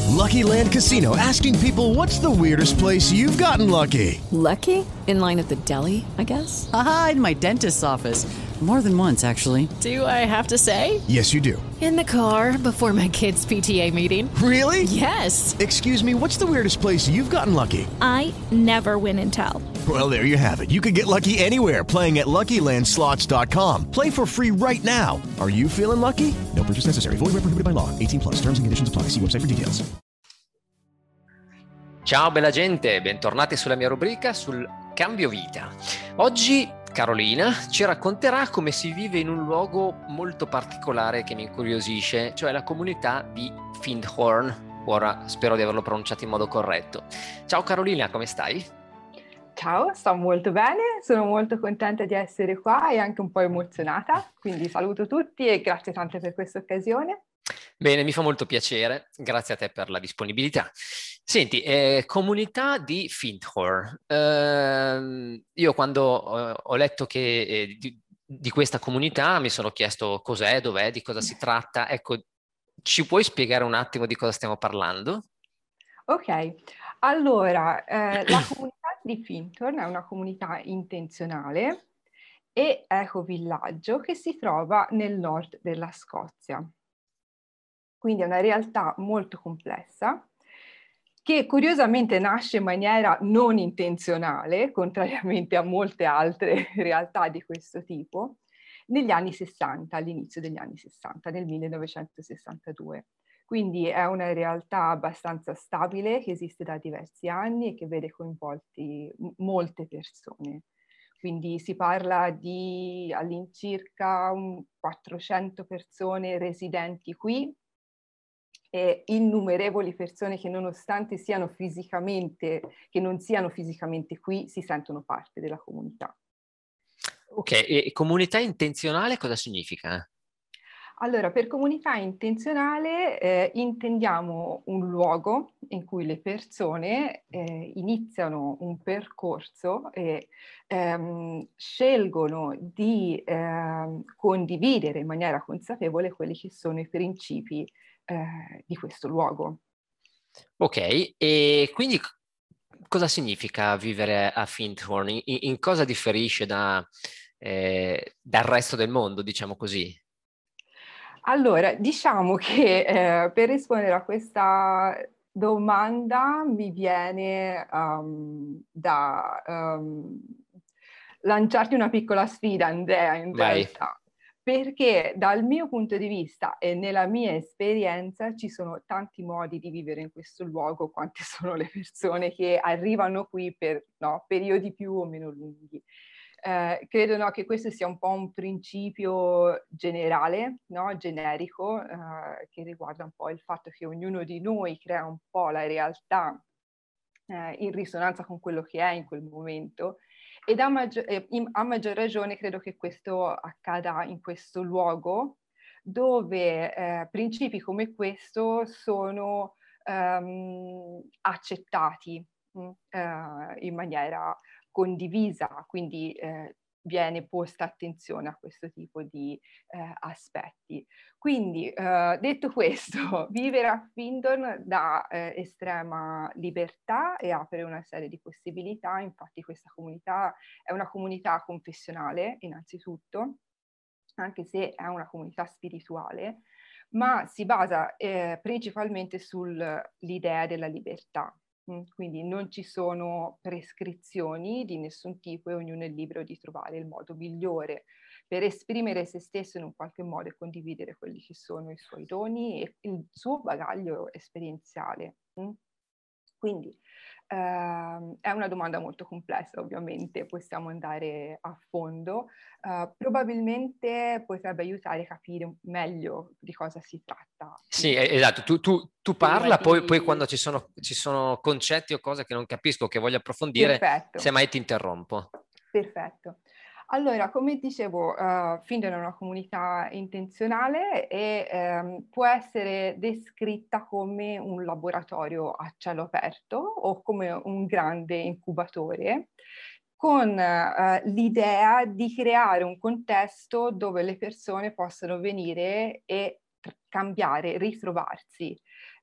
Lucky Land Casino, asking people, what's the weirdest place you've gotten lucky? Lucky? In line at the deli, I guess? Aha, in my dentist's office. More than once, actually. Do I have to say? Yes, you do. In the car before my kids' PTA meeting. Really? Yes. Excuse me, what's the weirdest place you've gotten lucky? I never win and tell. Well, there you have it. You can get lucky anywhere, playing at LuckyLandSlots.com. Play for free right now. Are you feeling lucky? No purchase necessary. Void where prohibited by law. 18 plus. Terms and conditions apply. See website for details. Ciao bella gente, bentornati sulla mia rubrica sul cambio vita. Oggi Carolina ci racconterà come si vive in un luogo molto particolare che mi incuriosisce, cioè la comunità di Findhorn. Ora spero di averlo pronunciato in modo corretto. Ciao Carolina, come stai? Ciao, sto molto bene, sono molto contenta di essere qua e anche un po' emozionata, quindi saluto tutti e grazie tante per questa occasione. Bene, mi fa molto piacere, grazie a te per la disponibilità. Senti, comunità di Findhorn. Io quando ho letto che di questa comunità mi sono chiesto cos'è, dov'è, di cosa si tratta. Ecco, ci puoi spiegare un attimo di cosa stiamo parlando? Ok, allora la comunità di Findhorn è una comunità intenzionale e ecovillaggio che si trova nel nord della Scozia. Quindi è una realtà molto complessa che curiosamente nasce in maniera non intenzionale, contrariamente a molte altre realtà di questo tipo, negli anni 60, all'inizio degli anni 60, nel 1962. Quindi è una realtà abbastanza stabile che esiste da diversi anni e che vede coinvolti molte persone. Quindi si parla di all'incirca 400 persone residenti qui, e innumerevoli persone che nonostante che non siano fisicamente qui, si sentono parte della comunità. Ok, e comunità intenzionale cosa significa? Allora, per comunità intenzionale intendiamo un luogo in cui le persone iniziano un percorso e scelgono di condividere in maniera consapevole quelli che sono i principi di questo luogo. Ok, e quindi cosa significa vivere a Findhorn? In cosa differisce dal resto del mondo, diciamo così? Allora, diciamo che per rispondere a questa domanda mi viene da lanciarti una piccola sfida, Andrea, in Vai. realtà. Perché dal mio punto di vista e nella mia esperienza ci sono tanti modi di vivere in questo luogo, quante sono le persone che arrivano qui per periodi più o meno lunghi. Credo che questo sia un po' un principio generale, generico, che riguarda un po' il fatto che ognuno di noi crea un po' la realtà in risonanza con quello che è in quel momento. Ed a maggior ragione credo che questo accada in questo luogo dove principi come questo sono accettati in maniera condivisa, quindi viene posta attenzione a questo tipo di aspetti. Quindi, detto questo, vivere a Findhorn dà estrema libertà e apre una serie di possibilità. Infatti questa comunità è una comunità confessionale, innanzitutto, anche se è una comunità spirituale, ma si basa principalmente sull'idea della libertà. Quindi non ci sono prescrizioni di nessun tipo e ognuno è libero di trovare il modo migliore per esprimere se stesso in un qualche modo e condividere quelli che sono i suoi doni e il suo bagaglio esperienziale. Quindi è una domanda molto complessa, ovviamente, possiamo andare a fondo. Probabilmente potrebbe aiutare a capire meglio di cosa si tratta. Sì, esatto, tu parla, poi quando ci sono concetti o cose che non capisco, che voglio approfondire, Perfetto. semmai ti interrompo. Perfetto. Allora, come dicevo, Findhorn è una comunità intenzionale e può essere descritta come un laboratorio a cielo aperto o come un grande incubatore, con l'idea di creare un contesto dove le persone possano venire e cambiare, ritrovarsi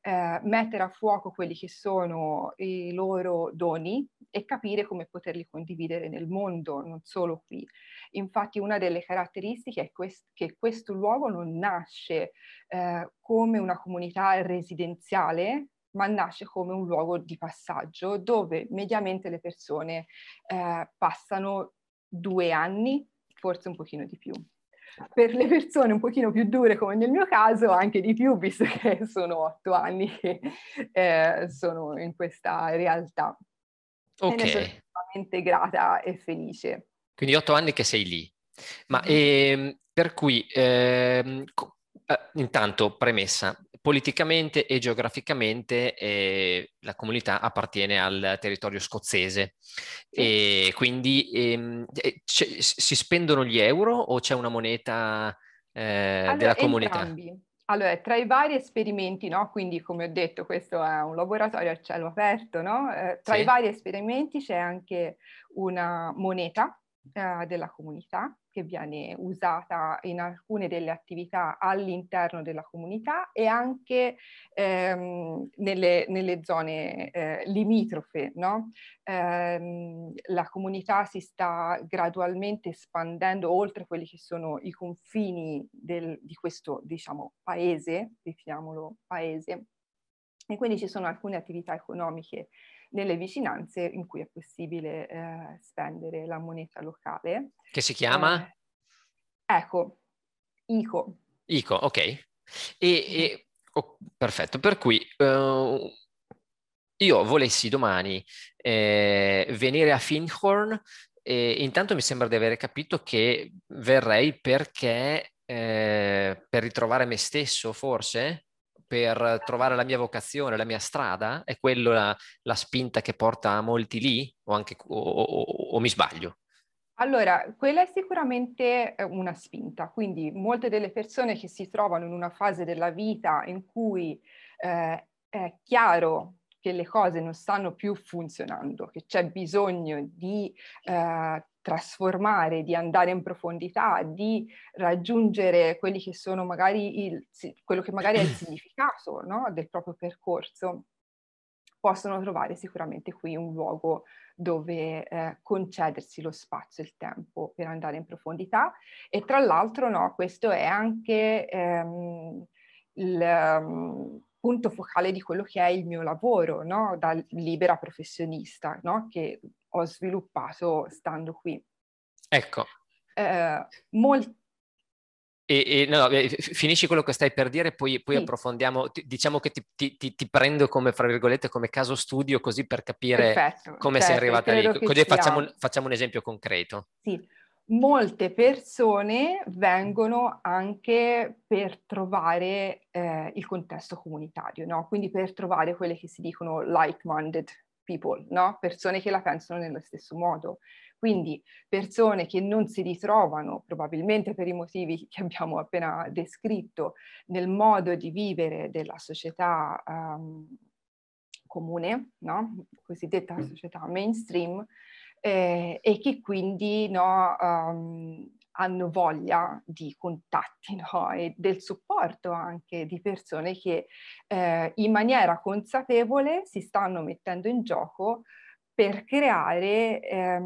mettere a fuoco quelli che sono i loro doni e capire come poterli condividere nel mondo, non solo qui. Infatti una delle caratteristiche è che questo luogo non nasce come una comunità residenziale, ma nasce come un luogo di passaggio dove mediamente le persone passano 2 anni, forse un pochino di più. Per le persone un pochino più dure, come nel mio caso, anche di più, visto che sono 8 anni che sono in questa realtà. E ne sono estremamente grata e felice. Quindi 8 anni che sei lì. Ma per cui, intanto, premessa, politicamente e geograficamente la comunità appartiene al territorio scozzese, e quindi si spendono gli euro o c'è una moneta della comunità? Entrambi. Allora, tra i vari esperimenti, no? Quindi come ho detto, questo è un laboratorio a cielo aperto, no? Tra i vari esperimenti c'è anche una moneta della comunità che viene usata in alcune delle attività all'interno della comunità e anche nelle zone limitrofe, no? La comunità si sta gradualmente espandendo oltre quelli che sono i confini di questo, diciamo, paese, definiamolo paese, e quindi ci sono alcune attività economiche nelle vicinanze in cui è possibile spendere la moneta locale. Che si chiama? Ecco, ICO. ICO, ok. Perfetto, per cui io volessi domani venire a Findhorn, intanto mi sembra di aver capito che verrei perché per ritrovare me stesso, forse? Per trovare la mia vocazione, la mia strada? È quello la spinta che porta molti lì? O mi sbaglio? Allora, quella è sicuramente una spinta, quindi molte delle persone che si trovano in una fase della vita in cui è chiaro che le cose non stanno più funzionando, che c'è bisogno di trasformare, di andare in profondità, di raggiungere quelli che sono magari quello che magari è il significato, no, del proprio percorso, possono trovare sicuramente qui un luogo dove concedersi lo spazio e il tempo per andare in profondità. E tra l'altro, no, questo è anche il punto focale di quello che è il mio lavoro, no, da libera professionista, no, che ho sviluppato stando qui. Ecco. Finisci quello che stai per dire, poi sì, approfondiamo. Diciamo che ti prendo come, fra virgolette, come caso studio, così per capire come sei arrivata lì. Così facciamo un esempio concreto. Sì, molte persone vengono anche per trovare il contesto comunitario, no? Quindi per trovare quelle che si dicono like-minded people, no? Persone che la pensano nello stesso modo. Quindi persone che non si ritrovano, probabilmente per i motivi che abbiamo appena descritto, nel modo di vivere della società comune, no? Cosiddetta società mainstream, e che quindi, no, hanno voglia di contatti, no? E del supporto anche di persone che in maniera consapevole si stanno mettendo in gioco per creare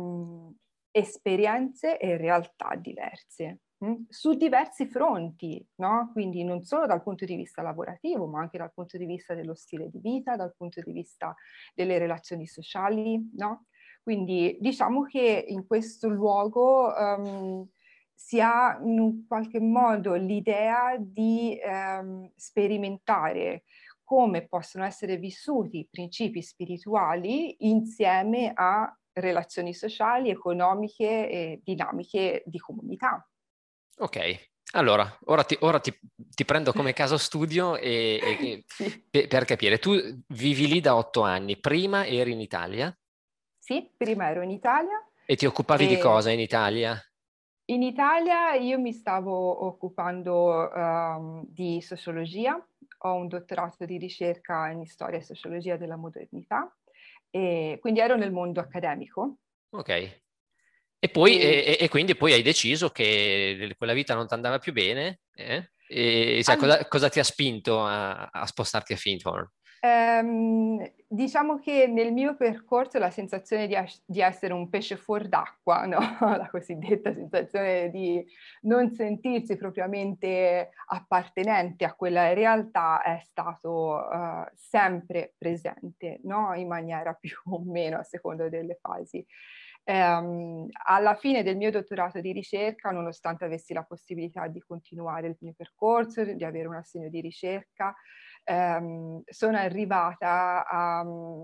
esperienze e realtà diverse su diversi fronti, no? Quindi non solo dal punto di vista lavorativo, ma anche dal punto di vista dello stile di vita, dal punto di vista delle relazioni sociali, no? Quindi diciamo che in questo luogo si ha in qualche modo l'idea di sperimentare come possono essere vissuti i principi spirituali insieme a relazioni sociali, economiche e dinamiche di comunità. Ok, allora, ora ti prendo come caso studio sì. per capire. Tu vivi lì da 8 anni, prima eri in Italia? Sì, prima ero in Italia. E ti occupavi di cosa in Italia? In Italia io mi stavo occupando di sociologia, ho un dottorato di ricerca in storia e sociologia della modernità, e quindi ero nel mondo accademico. Ok. E poi e quindi poi hai deciso che quella vita non ti andava più bene? Cosa ti ha spinto a spostarti a Findhorn? Diciamo che nel mio percorso la sensazione di essere un pesce fuor d'acqua, no? La cosiddetta sensazione di non sentirsi propriamente appartenente a quella realtà è stato sempre presente, no? In maniera più o meno a seconda delle fasi. Alla fine del mio dottorato di ricerca, nonostante avessi la possibilità di continuare il mio percorso, di avere un assegno di ricerca, sono arrivata a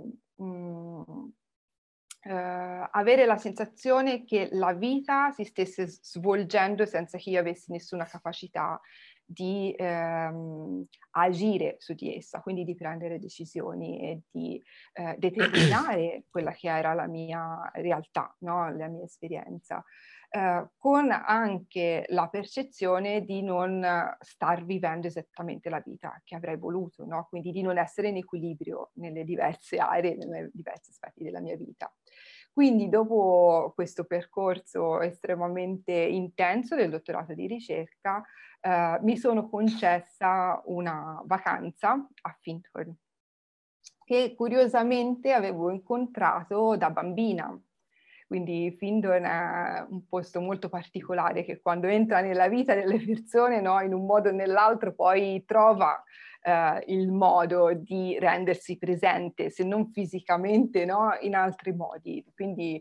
avere la sensazione che la vita si stesse svolgendo senza che io avessi nessuna capacità di agire su di essa, quindi di prendere decisioni e di determinare quella che era la mia realtà, no? La mia esperienza. Con anche la percezione di non star vivendo esattamente la vita che avrei voluto, no? Quindi di non essere in equilibrio nelle diverse aree, nei diversi aspetti della mia vita. Quindi dopo questo percorso estremamente intenso del dottorato di ricerca, mi sono concessa una vacanza a Findhorn, che curiosamente avevo incontrato da bambina. Quindi Findhorn è un posto molto particolare che quando entra nella vita delle persone, no, in un modo o nell'altro poi trova il modo di rendersi presente, se non fisicamente, no, in altri modi. Quindi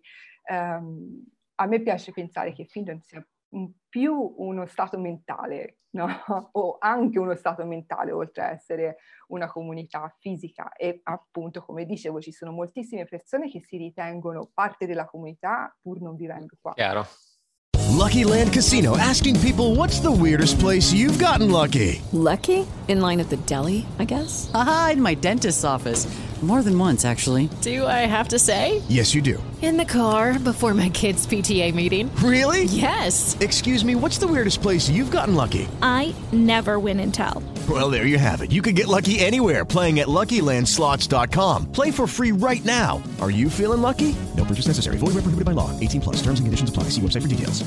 a me piace pensare che Findhorn sia più uno stato mentale, no? O anche uno stato mentale, oltre a essere una comunità fisica. E appunto, come dicevo, ci sono moltissime persone che si ritengono parte della comunità pur non vivendo qua. Chiaro. Lucky Land Casino, asking people, what's the weirdest place you've gotten lucky? Lucky? In line at the deli, I guess? Aha, in my dentist's office. More than once, actually. Do I have to say? Yes, you do. In the car before my kids' PTA meeting. Really? Yes. Excuse me, what's the weirdest place you've gotten lucky? I never win and tell. Well, there you have it. You can get lucky anywhere, playing at LuckyLandSlots.com. Play for free right now. Are you feeling lucky? No purchase necessary. Void where prohibited by law. 18+. Terms and conditions apply. See website for details.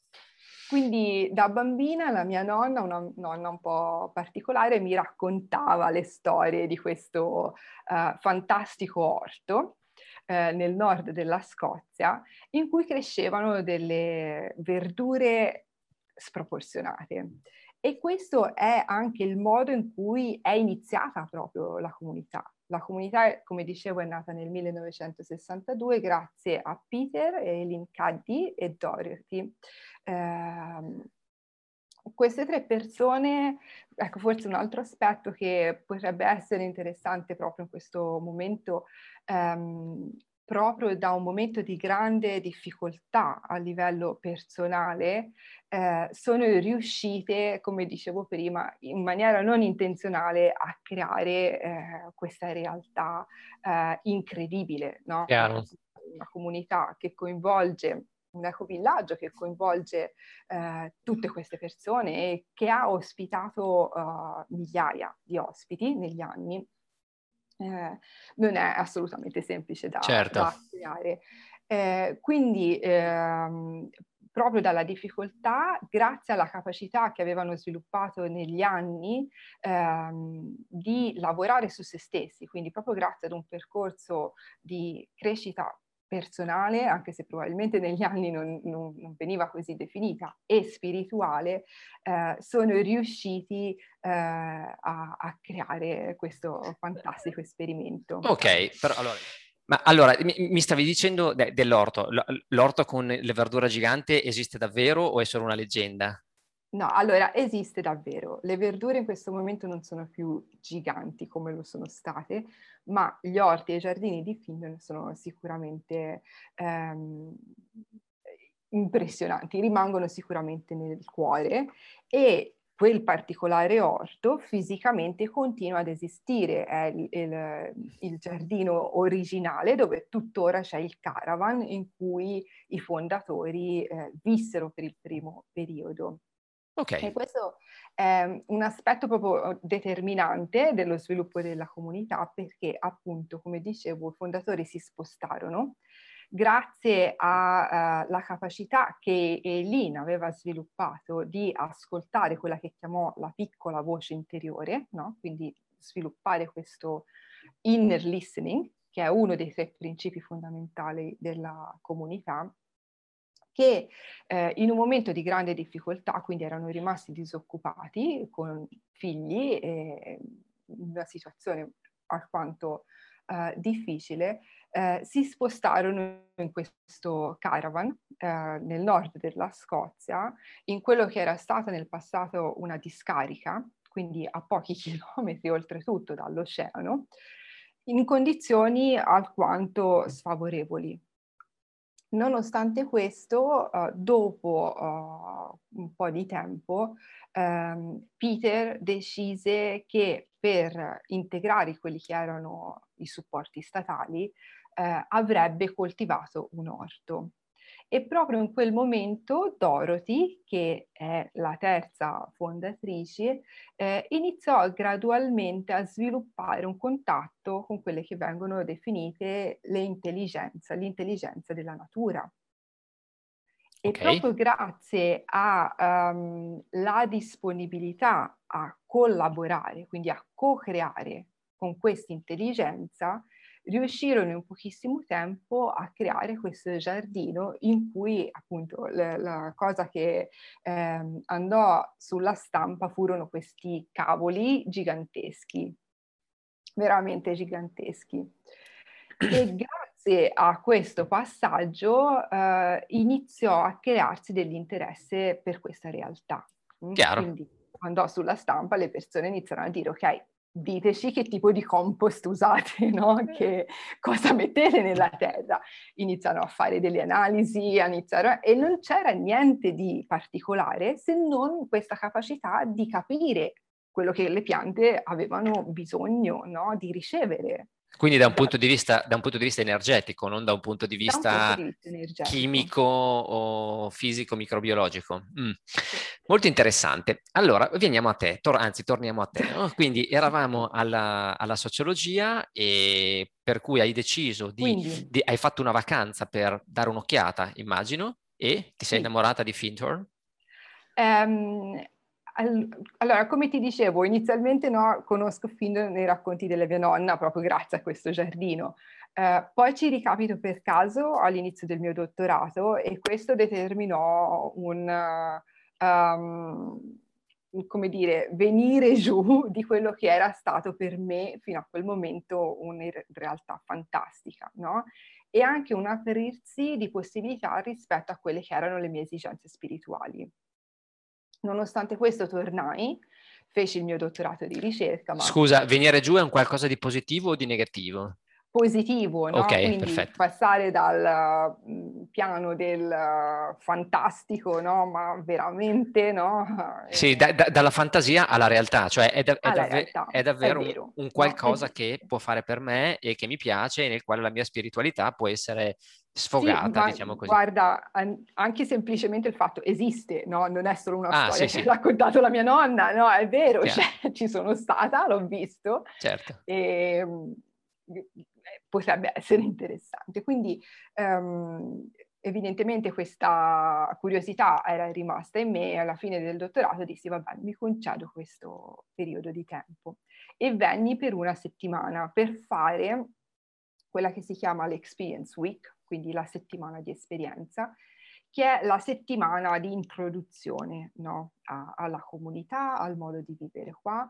Quindi da bambina la mia nonna, una nonna un po' particolare, mi raccontava le storie di questo fantastico orto nel nord della Scozia, in cui crescevano delle verdure sproporzionate. E questo è anche il modo in cui è iniziata proprio la comunità. La comunità, come dicevo, è nata nel 1962 grazie a Peter, Eileen Cuddy e Dorothy. Queste tre persone, ecco, forse un altro aspetto che potrebbe essere interessante proprio in questo momento, proprio da un momento di grande difficoltà a livello personale, sono riuscite, come dicevo prima, in maniera non intenzionale a creare questa realtà incredibile, no? Una comunità che coinvolge un ecovillaggio che coinvolge tutte queste persone e che ha ospitato migliaia di ospiti negli anni. Non è assolutamente semplice da spiegare. Quindi proprio dalla difficoltà, grazie alla capacità che avevano sviluppato negli anni di lavorare su se stessi, quindi proprio grazie ad un percorso di crescita personale, anche se probabilmente negli anni non veniva così definita, e spirituale, sono riusciti a creare questo fantastico esperimento. Ok, però allora, mi stavi dicendo dell'orto. L'orto con le verdure gigante esiste davvero o è solo una leggenda? No, allora esiste davvero. Le verdure in questo momento non sono più giganti come lo sono state, ma gli orti e i giardini di Findhorn sono sicuramente impressionanti, rimangono sicuramente nel cuore, e quel particolare orto fisicamente continua ad esistere, è il giardino originale dove tuttora c'è il caravan in cui i fondatori vissero per il primo periodo. Okay. E questo è un aspetto proprio determinante dello sviluppo della comunità, perché appunto, come dicevo, i fondatori si spostarono grazie alla capacità che Eileen aveva sviluppato di ascoltare quella che chiamò la piccola voce interiore, no? Quindi sviluppare questo inner listening, che è uno dei 3 principi fondamentali della comunità, che in un momento di grande difficoltà, quindi erano rimasti disoccupati con figli, in una situazione alquanto difficile, si spostarono in questo caravan nel nord della Scozia, in quello che era stata nel passato una discarica, quindi a pochi chilometri oltretutto dall'oceano, in condizioni alquanto sfavorevoli. Nonostante questo, dopo un po' di tempo, Peter decise che per integrare quelli che erano i supporti statali, avrebbe coltivato un orto. E proprio in quel momento Dorothy, che è la terza fondatrice, iniziò gradualmente a sviluppare un contatto con quelle che vengono definite l'intelligenza della natura. E proprio grazie alla disponibilità a collaborare, quindi a co-creare con questa intelligenza, riuscirono in pochissimo tempo a creare questo giardino in cui appunto la cosa che andò sulla stampa furono questi cavoli giganteschi, veramente giganteschi. E grazie a questo passaggio iniziò a crearsi dell'interesse per questa realtà. Chiaro. Quindi andò sulla stampa, le persone iniziarono a dire ok, diteci che tipo di compost usate, no? Che cosa mettete nella terra. Iniziano a fare delle analisi, e non c'era niente di particolare se non questa capacità di capire quello che le piante avevano bisogno, no? Di ricevere. Quindi da un punto di vista energetico, non da un punto di vista chimico o fisico, microbiologico. Molto interessante. Allora, veniamo a te, torniamo a te. No? Quindi eravamo alla sociologia, e per cui hai deciso hai fatto una vacanza per dare un'occhiata, immagino, e ti sei innamorata di Findhorn? Allora, come ti dicevo, inizialmente conosco Findhorn nei racconti della mia nonna, proprio grazie a questo giardino. Poi ci ricapito per caso all'inizio del mio dottorato e questo determinò come dire, venire giù di quello che era stato per me fino a quel momento una realtà fantastica, no? E anche un aprirsi di possibilità rispetto a quelle che erano le mie esigenze spirituali. Nonostante questo tornai, feci il mio dottorato di ricerca. Scusa, venire giù è un qualcosa di positivo o di negativo? Positivo, no? Ok, Quindi perfetto. passare dal piano del fantastico, no? Ma veramente, no? Sì, dalla fantasia alla realtà, cioè è davvero un qualcosa, no? Che può fare per me e che mi piace e nel quale la mia spiritualità può essere sfogata, sì, diciamo così. Guarda, anche semplicemente il fatto esiste, no? Non è solo una storia che sì. ha raccontato la mia nonna, no? È vero, cioè, ci sono stata, l'ho visto. Certo. E potrebbe essere interessante. Quindi evidentemente questa curiosità era rimasta in me e alla fine del dottorato dissi vabbè, mi concedo questo periodo di tempo e venni per una settimana per fare quella che si chiama l'Experience Week, quindi la settimana di esperienza, che è la settimana di introduzione, no? alla comunità, al modo di vivere qua.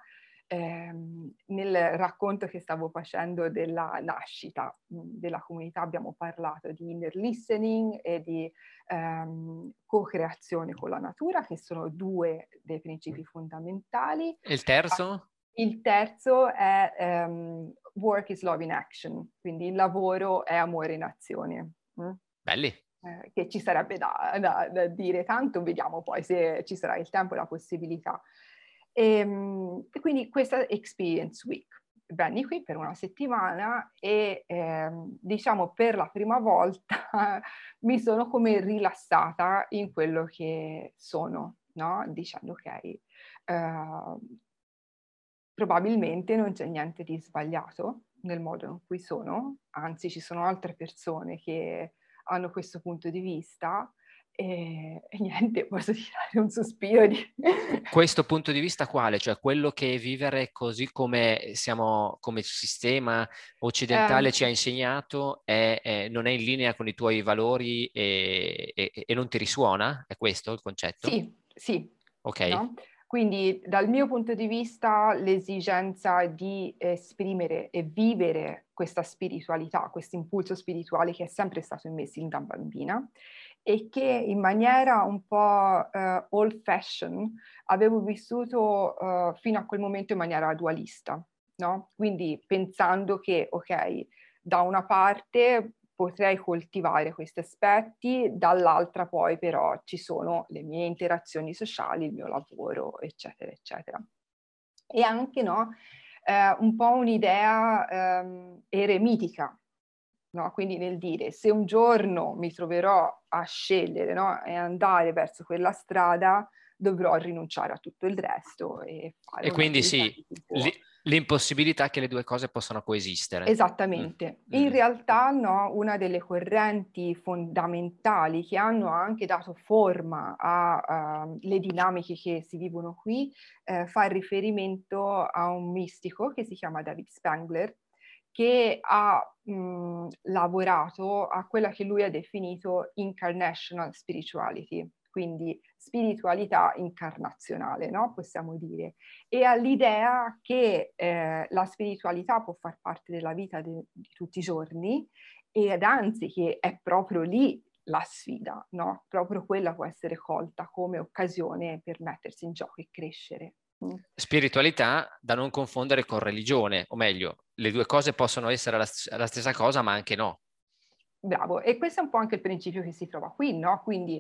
Nel racconto che stavo facendo della nascita della comunità abbiamo parlato di inner listening e di co-creazione con la natura, che sono 2 dei principi fondamentali. E il terzo? Il terzo è work is love in action, quindi il lavoro è amore in azione. Belli. Che ci sarebbe da dire tanto, vediamo poi se ci sarà il tempo e la possibilità. E quindi questa Experience Week. Venni qui per una settimana e diciamo per la prima volta mi sono come rilassata in quello che sono, no? Dicendo ok, probabilmente non c'è niente di sbagliato nel modo in cui sono, anzi ci sono altre persone che hanno questo punto di vista e niente, posso tirare un sospiro di... Questo punto di vista quale? Cioè quello che vivere così come siamo, come sistema occidentale ci ha insegnato non è in linea con i tuoi valori e non ti risuona? È questo il concetto? Sì. Ok. No? Quindi dal mio punto di vista l'esigenza di esprimere e vivere questa spiritualità, questo impulso spirituale che è sempre stato in me sin da bambina e che in maniera un po' old fashion avevo vissuto fino a quel momento in maniera dualista, no? Quindi pensando che, ok, da una parte potrei coltivare questi aspetti, dall'altra poi però ci sono le mie interazioni sociali, il mio lavoro, eccetera, eccetera. E anche, no, un po' un'idea eremitica, no? Quindi nel dire, se un giorno mi troverò a scegliere, no, e andare verso quella strada, dovrò rinunciare a tutto il resto e fare E una quindi scelta sì, di tipo... l'impossibilità che le due cose possano coesistere. Esattamente. In realtà, no, una delle correnti fondamentali che hanno anche dato forma alle dinamiche che si vivono qui fa riferimento a un mistico che si chiama David Spangler, che ha lavorato a quella che lui ha definito incarnational spirituality, quindi spiritualità incarnazionale, no? Possiamo dire, e all'idea che la spiritualità può far parte della vita di tutti i giorni ed anzi che è proprio lì la sfida, no? Proprio quella può essere colta come occasione per mettersi in gioco e crescere. Spiritualità da non confondere con religione, o meglio, le due cose possono essere la stessa cosa, ma anche no. Bravo, e questo è un po' anche il principio che si trova qui, no? Quindi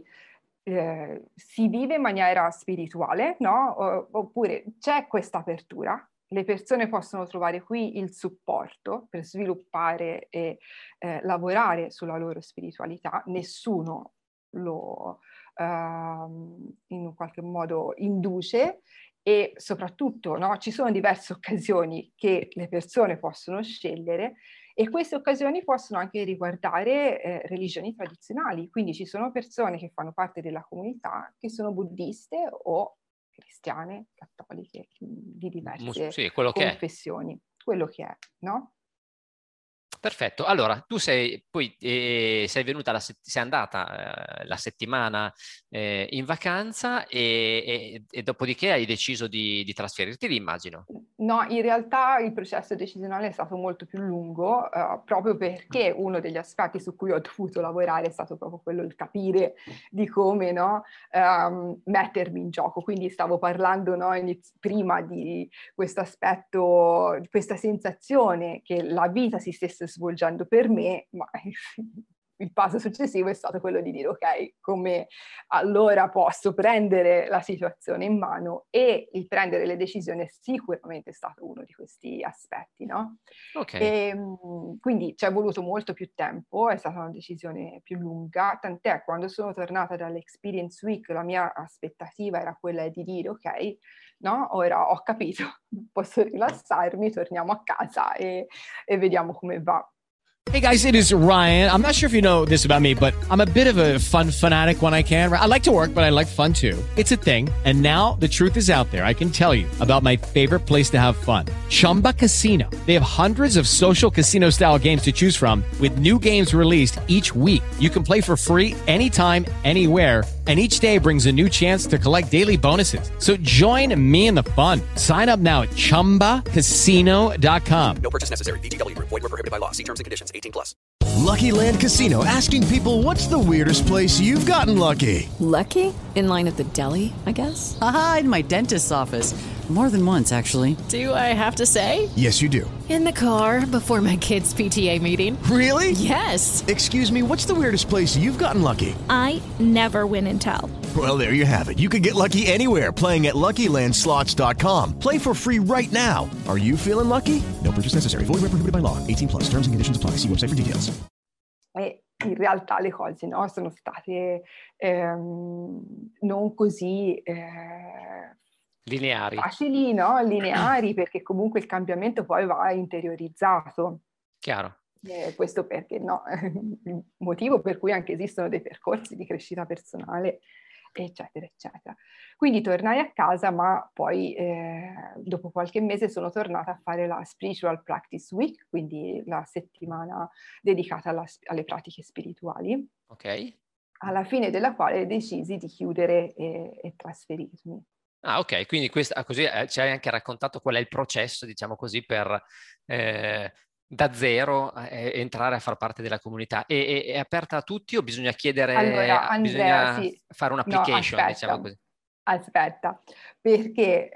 si vive in maniera spirituale, no? Oppure c'è questa apertura, le persone possono trovare qui il supporto per sviluppare e lavorare sulla loro spiritualità, nessuno lo in un qualche modo induce e soprattutto, no, ci sono diverse occasioni che le persone possono scegliere e queste occasioni possono anche riguardare religioni tradizionali, quindi ci sono persone che fanno parte della comunità che sono buddiste o cristiane, cattoliche, di diverse Sì, quello che è. confessioni, quello che è, no? Perfetto, allora tu sei venuta, sei andata la settimana in vacanza e dopodiché hai deciso di trasferirti lì, immagino. No, in realtà il processo decisionale è stato molto più lungo, proprio perché uno degli aspetti su cui ho dovuto lavorare è stato proprio quello di capire di come, no, mettermi in gioco. Quindi stavo parlando, no, prima di questo aspetto, di questa sensazione che la vita si stesse svolgendo per me, ma il passo successivo è stato quello di dire ok, come allora posso prendere la situazione in mano e il prendere le decisioni è sicuramente stato uno di questi aspetti, no? Ok. Quindi ci è voluto molto più tempo, è stata una decisione più lunga, tant'è quando sono tornata dall'Experience Week la mia aspettativa era quella di dire ok, no? Ora ho capito, posso rilassarmi, torniamo a casa e vediamo come va. Hey guys, it is Ryan. I'm not sure if you know this about me, but I'm a bit of a fun fanatic when I can. I like to work, but I like fun too. It's a thing. And now the truth is out there. I can tell you about my favorite place to have fun. Chumba Casino. They have hundreds of social casino style games to choose from with new games released each week. You can play for free anytime, anywhere. And each day brings a new chance to collect daily bonuses. So join me in the fun. Sign up now at ChumbaCasino.com. No purchase necessary. VGW Group. Void where prohibited by law. See terms and conditions. 18+. Lucky Land Casino, asking people, what's the weirdest place you've gotten lucky? Lucky? In line at the deli, I guess? Aha, in my dentist's office. More than once, actually. Do I have to say? Yes, you do. In the car before my kids' PTA meeting. Really? Yes. Excuse me, what's the weirdest place you've gotten lucky? I never win and tell. Well, there you have it. You can get lucky anywhere, playing at LuckyLandSlots.com. Play for free right now. Are you feeling lucky? No purchase necessary. Void where prohibited by law. 18+. Terms and conditions apply. See website for details. E in realtà le cose, no, sono state non così Lineari. facili, no? Lineari, perché comunque il cambiamento poi va interiorizzato. Chiaro. Questo perché no, il motivo per cui anche esistono dei percorsi di crescita personale, eccetera, eccetera. Quindi tornai a casa, ma poi dopo qualche mese sono tornata a fare la Spiritual Practice Week, quindi la settimana dedicata alle pratiche spirituali, Ok. alla fine della quale decisi di chiudere e trasferirmi. Ah, ok, quindi così ci hai anche raccontato qual è il processo, diciamo così, per da zero entrare a far parte della comunità. È aperta a tutti o bisogna chiedere, Allora, Andrea, bisogna sì, fare no, un'application, diciamo aspetta, così? aspetta, perché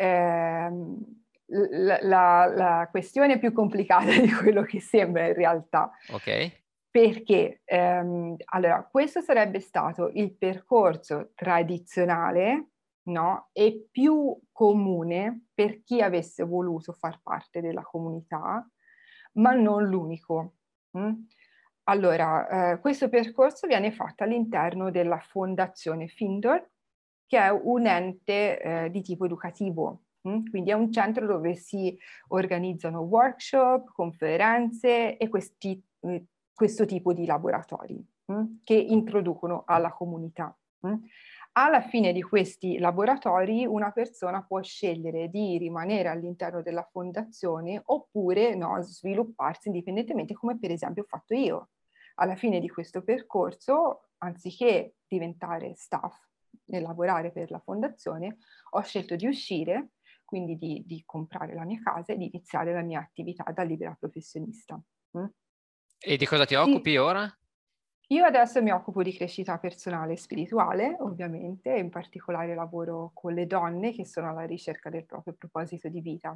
la questione è più complicata di quello che sembra in realtà. Ok. Perché allora, questo sarebbe stato il percorso tradizionale, no? E più comune per chi avesse voluto far parte della comunità, ma non l'unico. Mm? Allora, questo percorso viene fatto all'interno della Fondazione Findor, che è un ente di tipo educativo. Quindi è un centro dove si organizzano workshop, conferenze e questo tipo di laboratori che introducono alla comunità. Alla fine di questi laboratori una persona può scegliere di rimanere all'interno della fondazione oppure no, svilupparsi indipendentemente, come per esempio ho fatto io. Alla fine di questo percorso, anziché diventare staff e lavorare per la fondazione, ho scelto di uscire, quindi di comprare la mia casa e di iniziare la mia attività da libera professionista. E di cosa ti Sì. occupi ora? Io adesso mi occupo di crescita personale e spirituale, ovviamente, e in particolare lavoro con le donne che sono alla ricerca del proprio proposito di vita.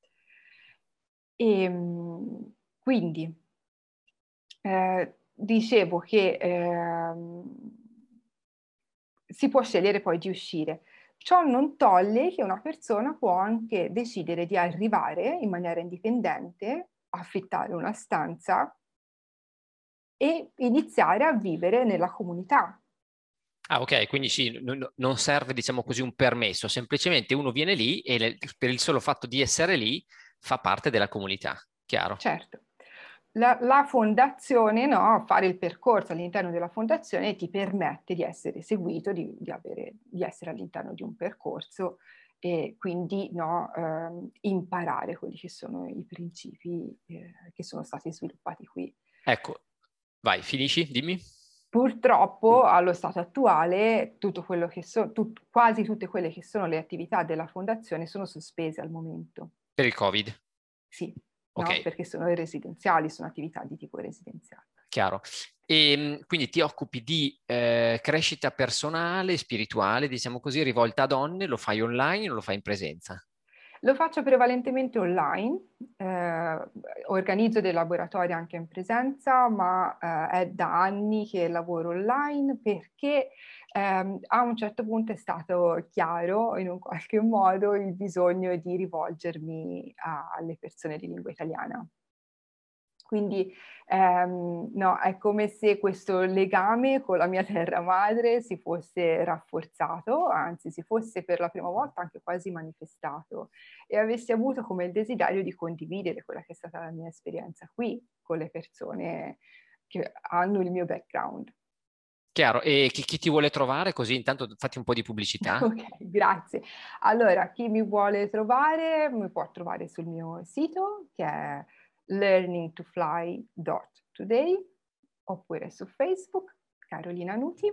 E quindi dicevo che si può scegliere poi di uscire. Ciò non toglie che una persona può anche decidere di arrivare in maniera indipendente, affittare una stanza e iniziare a vivere nella comunità. Ah, ok, quindi sì, non serve, diciamo così, un permesso, semplicemente uno viene lì e per il solo fatto di essere lì fa parte della comunità, chiaro? Certo. La fondazione, no, fare il percorso all'interno della fondazione ti permette di essere seguito, di essere all'interno di un percorso e quindi no, imparare quelli che sono i principi che sono stati sviluppati qui. Ecco, vai, finisci, dimmi. Purtroppo, allo stato attuale, tutto quello che quasi tutte quelle che sono le attività della fondazione sono sospese al momento. Per il Covid, Sì, ok, no? Perché sono residenziali, sono attività di tipo residenziale. chiaro. E quindi ti occupi di crescita personale, spirituale, diciamo così, rivolta a donne, lo fai online o lo fai in presenza? Lo faccio prevalentemente online, organizzo dei laboratori anche in presenza, ma è da anni che lavoro online perché a un certo punto è stato chiaro in un qualche modo il bisogno di rivolgermi alle persone di lingua italiana. Quindi no, è come se questo legame con la mia terra madre si fosse rafforzato, anzi si fosse per la prima volta anche quasi manifestato e avessi avuto come il desiderio di condividere quella che è stata la mia esperienza qui con le persone che hanno il mio background. Chiaro, e chi ti vuole trovare così intanto fatti un po' di pubblicità. Ok, grazie. Allora, chi mi vuole trovare mi può trovare sul mio sito che è learningtofly.today oppure su Facebook, Carolina Nuti.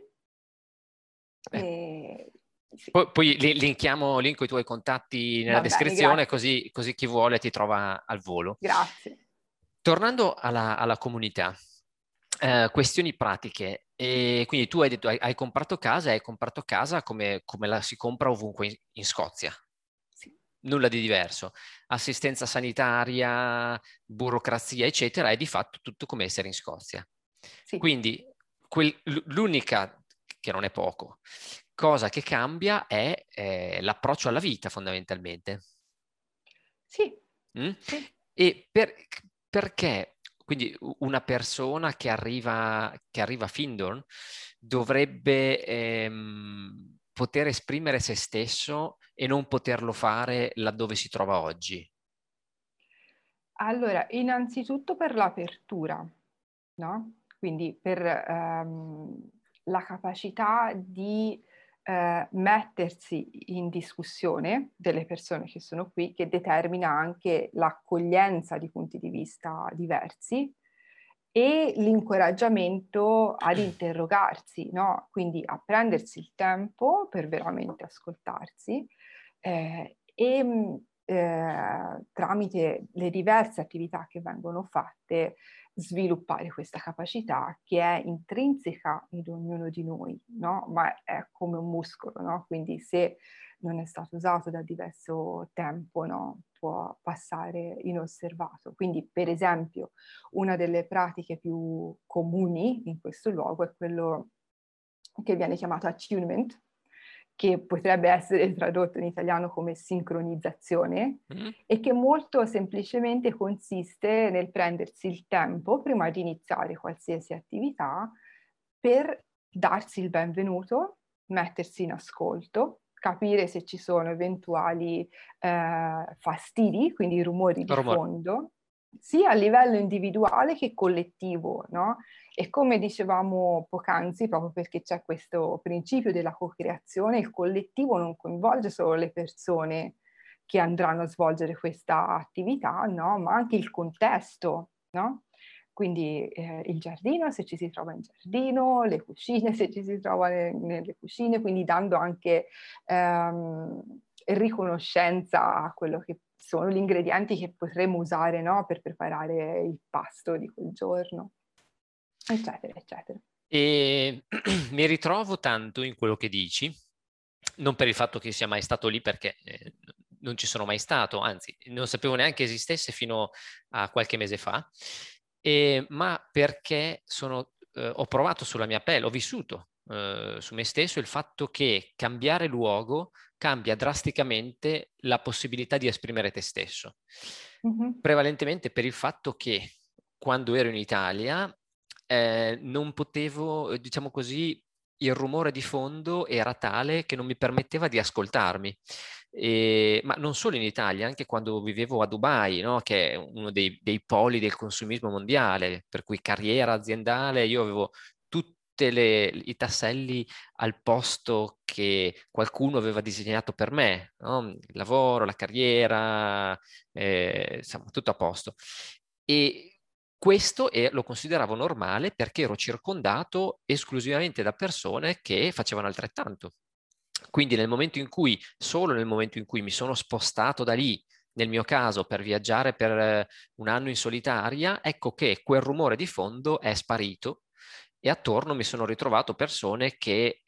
Sì. Poi linko i tuoi contatti nella Va bene, descrizione grazie. così chi vuole ti trova al volo. Grazie. Tornando alla comunità, Sì. questioni pratiche. E quindi tu hai detto hai comprato casa e hai comprato casa come la si compra ovunque in Scozia. Sì. Nulla di diverso. Assistenza sanitaria, burocrazia, eccetera, è di fatto tutto come essere in Scozia. Sì. Quindi l'unica, che non è poco, cosa che cambia è l'approccio alla vita fondamentalmente. Sì. Mm? Sì. E perché quindi una persona che arriva a Findorn dovrebbe poter esprimere se stesso e non poterlo fare laddove si trova oggi? Allora, innanzitutto per l'apertura, no? Quindi per la capacità di mettersi in discussione delle persone che sono qui, che determina anche l'accoglienza di punti di vista diversi e l'incoraggiamento ad interrogarsi, no? Quindi a prendersi il tempo per veramente ascoltarsi tramite le diverse attività che vengono fatte sviluppare questa capacità che è intrinseca in ognuno di noi, no? Ma è come un muscolo, no? Quindi se non è stato usato da diverso tempo, no? Può passare inosservato. Quindi, per esempio, una delle pratiche più comuni in questo luogo è quello che viene chiamato attunement, che potrebbe essere tradotto in italiano come sincronizzazione, e che molto semplicemente consiste nel prendersi il tempo prima di iniziare qualsiasi attività per darsi il benvenuto, mettersi in ascolto, capire se ci sono eventuali fastidi, quindi rumori di fondo, sia a livello individuale che collettivo, no? E come dicevamo poc'anzi, proprio perché c'è questo principio della co-creazione, il collettivo non coinvolge solo le persone che andranno a svolgere questa attività, no? Ma anche il contesto, no? Quindi il giardino, se ci si trova in giardino, le cucine, se ci si trova nelle cucine, quindi dando anche riconoscenza a quello che sono gli ingredienti che potremmo usare, no? Per preparare il pasto di quel giorno, eccetera, eccetera. E mi ritrovo tanto in quello che dici, non per il fatto che sia mai stato lì, perché non ci sono mai stato, anzi non sapevo neanche esistesse fino a qualche mese fa, ma perché ho provato sulla mia pelle, ho vissuto su me stesso il fatto che cambiare luogo cambia drasticamente la possibilità di esprimere te stesso. Prevalentemente per il fatto che quando ero in Italia non potevo, diciamo così, il rumore di fondo era tale che non mi permetteva di ascoltarmi. Ma non solo in Italia, anche quando vivevo a Dubai, no? Che è uno dei poli del consumismo mondiale, per cui carriera aziendale, io avevo tutti i tasselli al posto che qualcuno aveva disegnato per me, no? Il lavoro, la carriera, insomma, tutto a posto. E questo lo consideravo normale perché ero circondato esclusivamente da persone che facevano altrettanto. Quindi solo nel momento in cui mi sono spostato da lì, nel mio caso per viaggiare per un anno in solitaria, ecco che quel rumore di fondo è sparito e attorno mi sono ritrovato persone che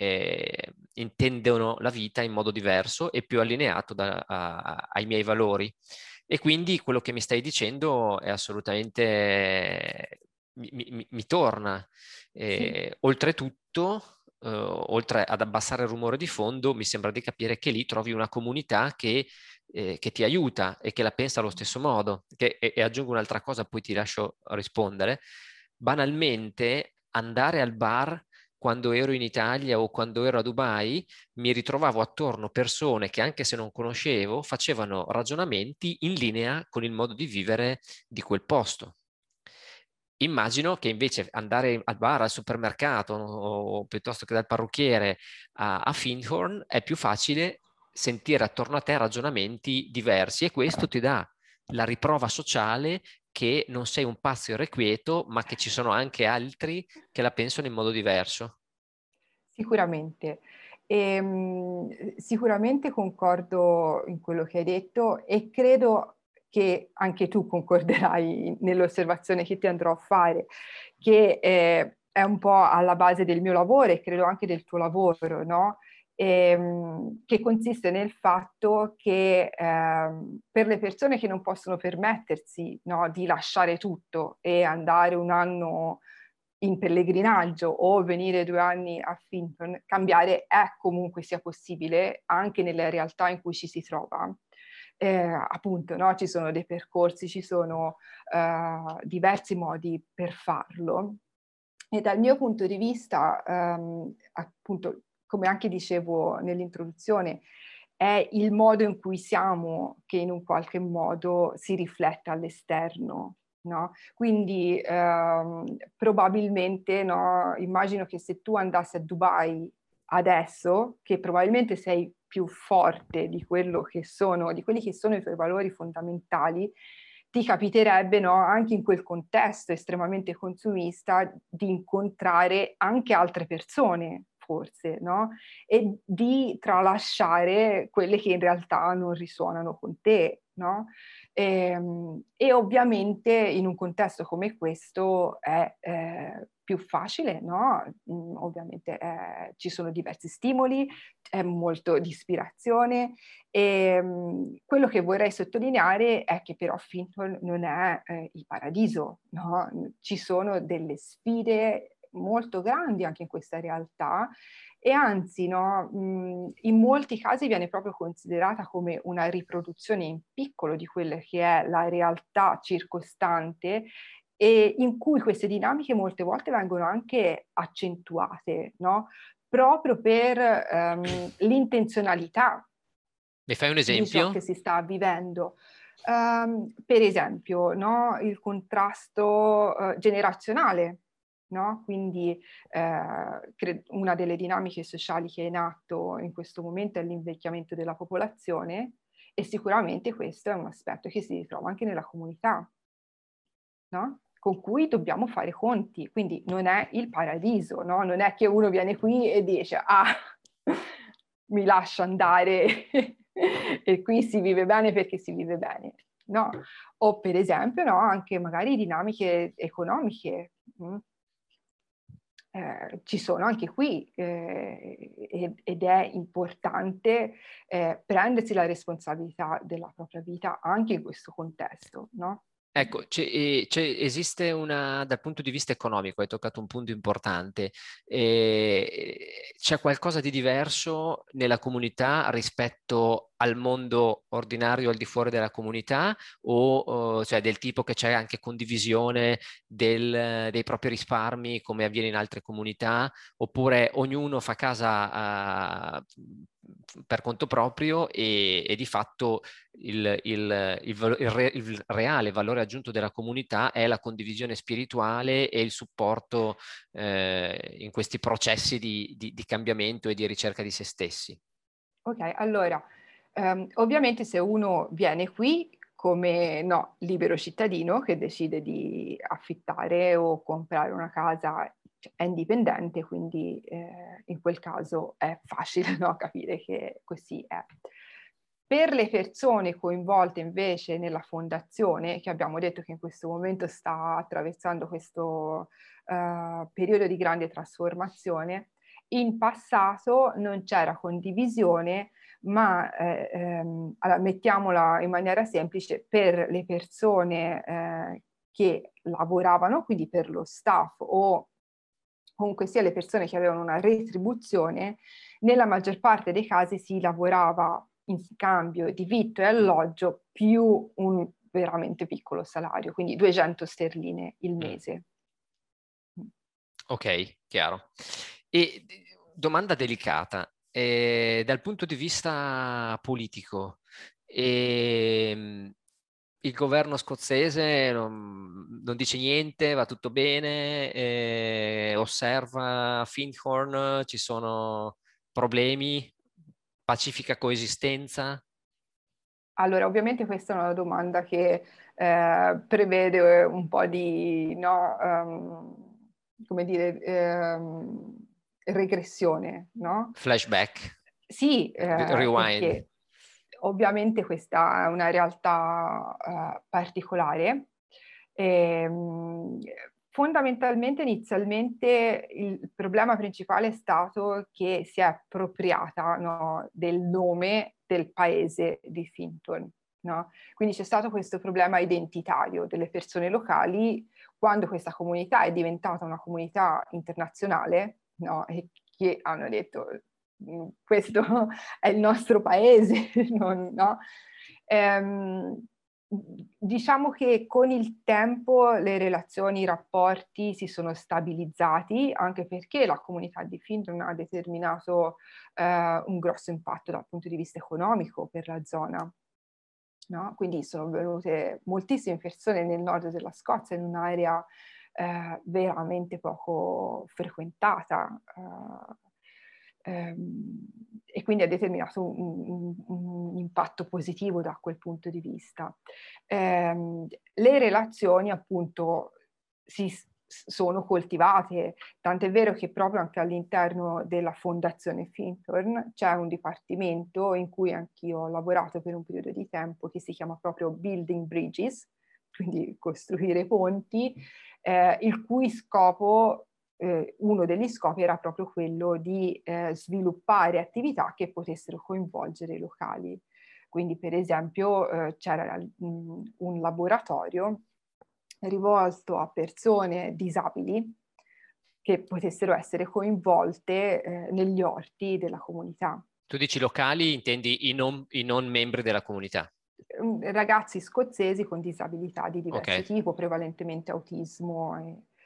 intendono la vita in modo diverso e più allineato ai miei valori. E quindi quello che mi stai dicendo è assolutamente, mi torna. Sì. Oltretutto, oltre ad abbassare il rumore di fondo, mi sembra di capire che lì trovi una comunità che ti aiuta e che la pensa allo stesso modo. E aggiungo un'altra cosa, poi ti lascio rispondere. Banalmente, andare al bar quando ero in Italia o quando ero a Dubai, mi ritrovavo attorno persone che, anche se non conoscevo, facevano ragionamenti in linea con il modo di vivere di quel posto. Immagino che invece andare al bar, al supermercato o piuttosto che dal parrucchiere a Findhorn è più facile sentire attorno a te ragionamenti diversi, e questo ti dà la riprova sociale che non sei un pazzo irrequieto, ma che ci sono anche altri che la pensano in modo diverso. Sicuramente. Sicuramente concordo in quello che hai detto e credo che anche tu concorderai nell'osservazione che ti andrò a fare, che è un po' alla base del mio lavoro e credo anche del tuo lavoro, no? Che consiste nel fatto che per le persone che non possono permettersi, no, di lasciare tutto e andare un anno in pellegrinaggio o venire 2 anni a Findhorn, cambiare è comunque sia possibile anche nelle realtà in cui ci si trova. Appunto, no? Ci sono dei percorsi, ci sono diversi modi per farlo. E dal mio punto di vista, appunto, come anche dicevo nell'introduzione, è il modo in cui siamo che in un qualche modo si riflette all'esterno, no? Quindi probabilmente, no, immagino che se tu andassi a Dubai adesso, che probabilmente sei più forte di quelli che sono i tuoi valori fondamentali, ti capiterebbe, no, anche in quel contesto estremamente consumista di incontrare anche altre persone, forse, no? E di tralasciare quelle che in realtà non risuonano con te, no? E ovviamente in un contesto come questo è più facile, no? Ovviamente ci sono diversi stimoli, è molto di ispirazione e quello che vorrei sottolineare è che però Finton non è il paradiso, no? Ci sono delle sfide molto grandi anche in questa realtà e anzi, no, in molti casi viene proprio considerata come una riproduzione in piccolo di quella che è la realtà circostante e in cui queste dinamiche molte volte vengono anche accentuate, no? Proprio per l'intenzionalità Mi fai un di ciò esempio? che si sta vivendo. Per esempio, no, il contrasto generazionale, no? Quindi una delle dinamiche sociali che è in atto in questo momento è l'invecchiamento della popolazione e sicuramente questo è un aspetto che si ritrova anche nella comunità, no? Con cui dobbiamo fare conti, quindi non è il paradiso, no? Non è che uno viene qui e dice mi lascio andare e qui si vive bene perché si vive bene, no? O per esempio, no, anche magari dinamiche economiche, ci sono anche qui ed è importante prendersi la responsabilità della propria vita anche in questo contesto, no? Ecco, esiste dal punto di vista economico, hai toccato un punto importante, c'è qualcosa di diverso nella comunità rispetto al mondo ordinario al di fuori della comunità o cioè del tipo che c'è anche condivisione dei propri risparmi come avviene in altre comunità, oppure ognuno fa casa per conto proprio e di fatto il reale valore aggiunto della comunità è la condivisione spirituale e il supporto in questi processi di cambiamento e di ricerca di se stessi. Ok, allora, ovviamente se uno viene qui come no, libero cittadino che decide di affittare o comprare una casa, cioè, è indipendente, quindi in quel caso è facile, no, capire che così è. Per le persone coinvolte invece nella fondazione, che abbiamo detto che in questo momento sta attraversando questo periodo di grande trasformazione, in passato non c'era condivisione, ma allora, mettiamola in maniera semplice, per le persone che lavoravano, quindi per lo staff o comunque sia le persone che avevano una retribuzione, nella maggior parte dei casi si lavorava in scambio di vitto e alloggio più un veramente piccolo salario, quindi 200 sterline il mese. Ok, chiaro. E domanda delicata, dal punto di vista politico, il governo scozzese non dice niente, va tutto bene, osserva Findhorn, ci sono problemi, pacifica coesistenza? Allora, ovviamente questa è una domanda che prevede un po' di, no, come dire, regressione, no? Flashback, Sì, rewind. perché ovviamente questa è una realtà particolare. Fondamentalmente, inizialmente, il problema principale è stato che si è appropriata, no, del nome del paese di Finton, no? Quindi c'è stato questo problema identitario delle persone locali quando questa comunità è diventata una comunità internazionale, no? E che hanno detto questo è il nostro paese, no? Diciamo che con il tempo le relazioni, i rapporti si sono stabilizzati, anche perché la comunità di Finton ha determinato un grosso impatto dal punto di vista economico per la zona. no? Quindi sono venute moltissime persone nel nord della Scozia, in un'area veramente poco frequentata, e quindi ha determinato un impatto positivo da quel punto di vista. Le relazioni appunto sono coltivate, tant'è vero che proprio anche all'interno della Fondazione Fintorn c'è un dipartimento in cui anch'io ho lavorato per un periodo di tempo, che si chiama proprio Building Bridges, quindi costruire ponti, il cui scopo, uno degli scopi era proprio quello di sviluppare attività che potessero coinvolgere i locali. Quindi per esempio c'era un laboratorio rivolto a persone disabili che potessero essere coinvolte negli orti della comunità. Tu dici locali, intendi i non membri della comunità? Ragazzi scozzesi con disabilità di diverso Ok. tipo, prevalentemente autismo.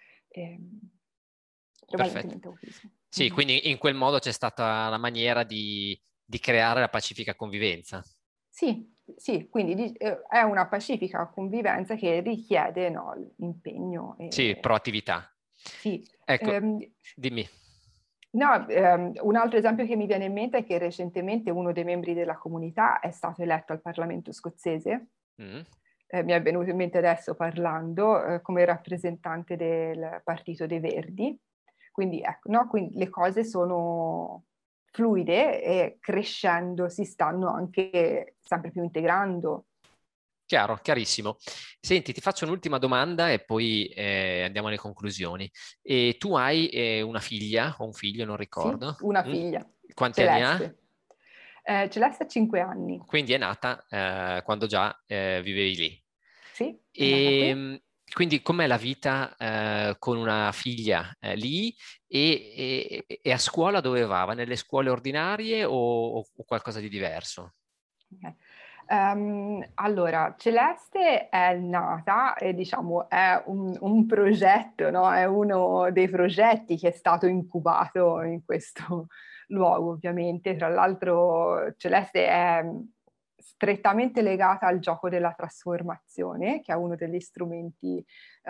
Prevalentemente autismo. Sì, quindi in quel modo c'è stata la maniera di creare la pacifica convivenza. Sì, sì, quindi è una pacifica convivenza che richiede, no, l'impegno. Sì, proattività. Sì. Ecco, dimmi. No, un altro esempio che mi viene in mente è che recentemente uno dei membri della comunità è stato eletto al Parlamento scozzese. Mi è venuto in mente adesso parlando come rappresentante del Partito dei Verdi. Quindi, ecco, no? Quindi le cose sono fluide e crescendo si stanno anche sempre più integrando. Chiaro, chiarissimo. Senti, ti faccio un'ultima domanda e poi andiamo alle conclusioni. E tu hai una figlia o un figlio, non ricordo. Sì, una figlia. Quanti anni ha? Celeste ha 5 anni. Quindi è nata quando già vivevi lì. Sì, è nata qui. Quindi com'è la vita con una figlia lì e a scuola dove va? Va nelle scuole ordinarie o qualcosa di diverso? Okay. Allora, Celeste è nata e diciamo è un progetto, no? È uno dei progetti che è stato incubato in questo luogo, ovviamente. Tra l'altro Celeste è strettamente legata al gioco della trasformazione, che è uno degli strumenti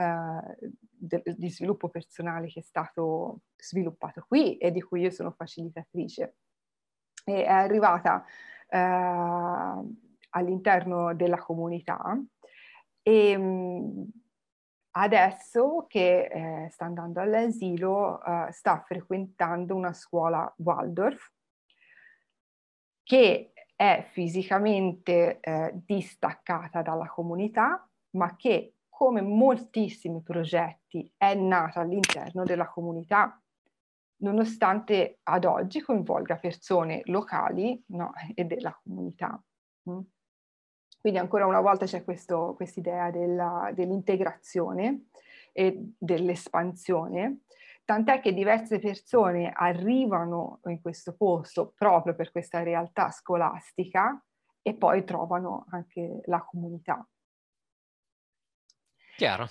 di sviluppo personale che è stato sviluppato qui e di cui io sono facilitatrice. E è arrivata all'interno della comunità e adesso che sta andando all'asilo sta frequentando una scuola Waldorf che è fisicamente distaccata dalla comunità, ma che come moltissimi progetti è nata all'interno della comunità, nonostante ad oggi coinvolga persone locali, no, e della comunità. Quindi ancora una volta c'è quest'idea dell'integrazione e dell'espansione, tant'è che diverse persone arrivano in questo posto proprio per questa realtà scolastica e poi trovano anche la comunità. Chiaro.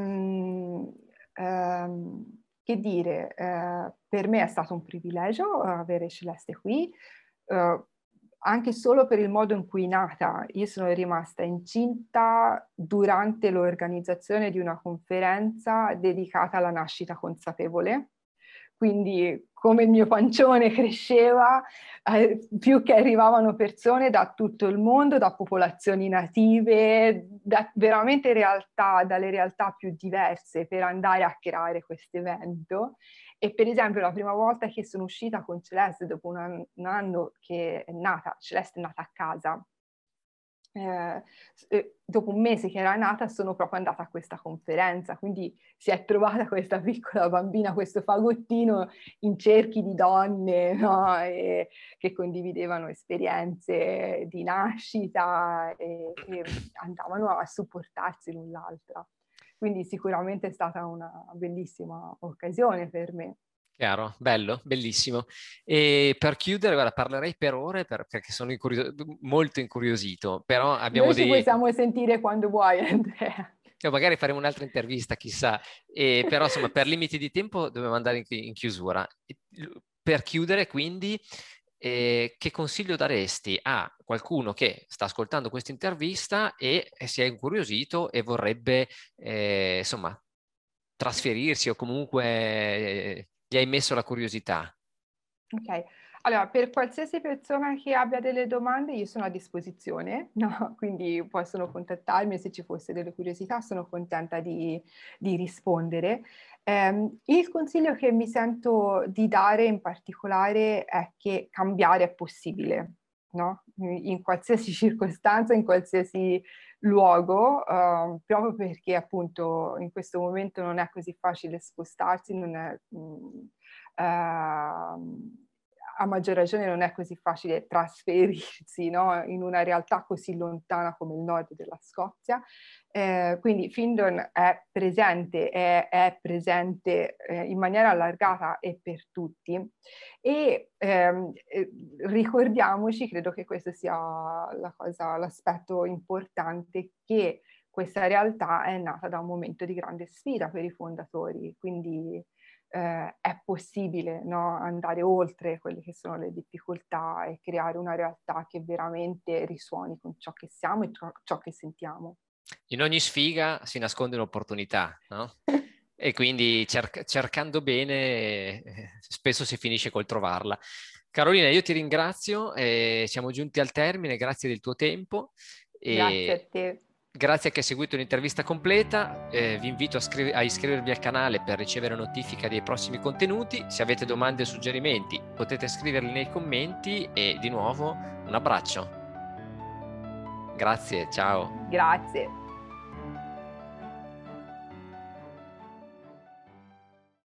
Che dire, per me è stato un privilegio avere Celeste qui, anche solo per il modo in cui è nata. Io sono rimasta incinta durante l'organizzazione di una conferenza dedicata alla nascita consapevole. Quindi come il mio pancione cresceva, più che arrivavano persone da tutto il mondo, da popolazioni native, da veramente dalle realtà più diverse per andare a creare questo evento. E per esempio la prima volta che sono uscita con Celeste dopo un anno che è nata, Celeste è nata a casa, dopo un mese che era nata sono proprio andata a questa conferenza, quindi si è trovata questa piccola bambina, questo fagottino in cerchi di donne, no? Che condividevano esperienze di nascita e andavano a supportarsi l'un l'altra. Quindi sicuramente è stata una bellissima occasione per me. Chiaro, bello, bellissimo. E per chiudere, guarda, parlerei per ore perché sono molto incuriosito, però abbiamo Noi ci possiamo sentire quando vuoi, Andrea. Magari faremo un'altra intervista, chissà. Però insomma, per limiti di tempo dobbiamo andare in chiusura. Per chiudere, quindi, che consiglio daresti a qualcuno che sta ascoltando questa intervista e si è incuriosito e vorrebbe, insomma, trasferirsi o comunque gli hai messo la curiosità? Ok, allora per qualsiasi persona che abbia delle domande io sono a disposizione, no? Quindi possono contattarmi se ci fosse delle curiosità, sono contenta di rispondere. Il consiglio che mi sento di dare in particolare è che cambiare è possibile, no? In qualsiasi circostanza, in qualsiasi luogo, proprio perché appunto in questo momento non è così facile spostarsi, non è, a maggior ragione non è così facile trasferirsi, no? In una realtà così lontana come il nord della Scozia. Quindi Findon è presente, è presente in maniera allargata e per tutti. E ricordiamoci, credo che questo sia l'aspetto importante, che questa realtà è nata da un momento di grande sfida per i fondatori, quindi è possibile, no, andare oltre quelle che sono le difficoltà e creare una realtà che veramente risuoni con ciò che siamo e ciò che sentiamo. In ogni sfiga si nasconde un'opportunità, no? E quindi cercando bene spesso si finisce col trovarla. Carolina, io ti ringrazio, siamo giunti al termine, grazie del tuo tempo. Grazie a te. Grazie che hai seguito l'intervista completa, vi invito a iscrivervi al canale per ricevere notifica dei prossimi contenuti. Se avete domande o suggerimenti potete scriverli nei commenti e di nuovo un abbraccio. Grazie, ciao. Grazie.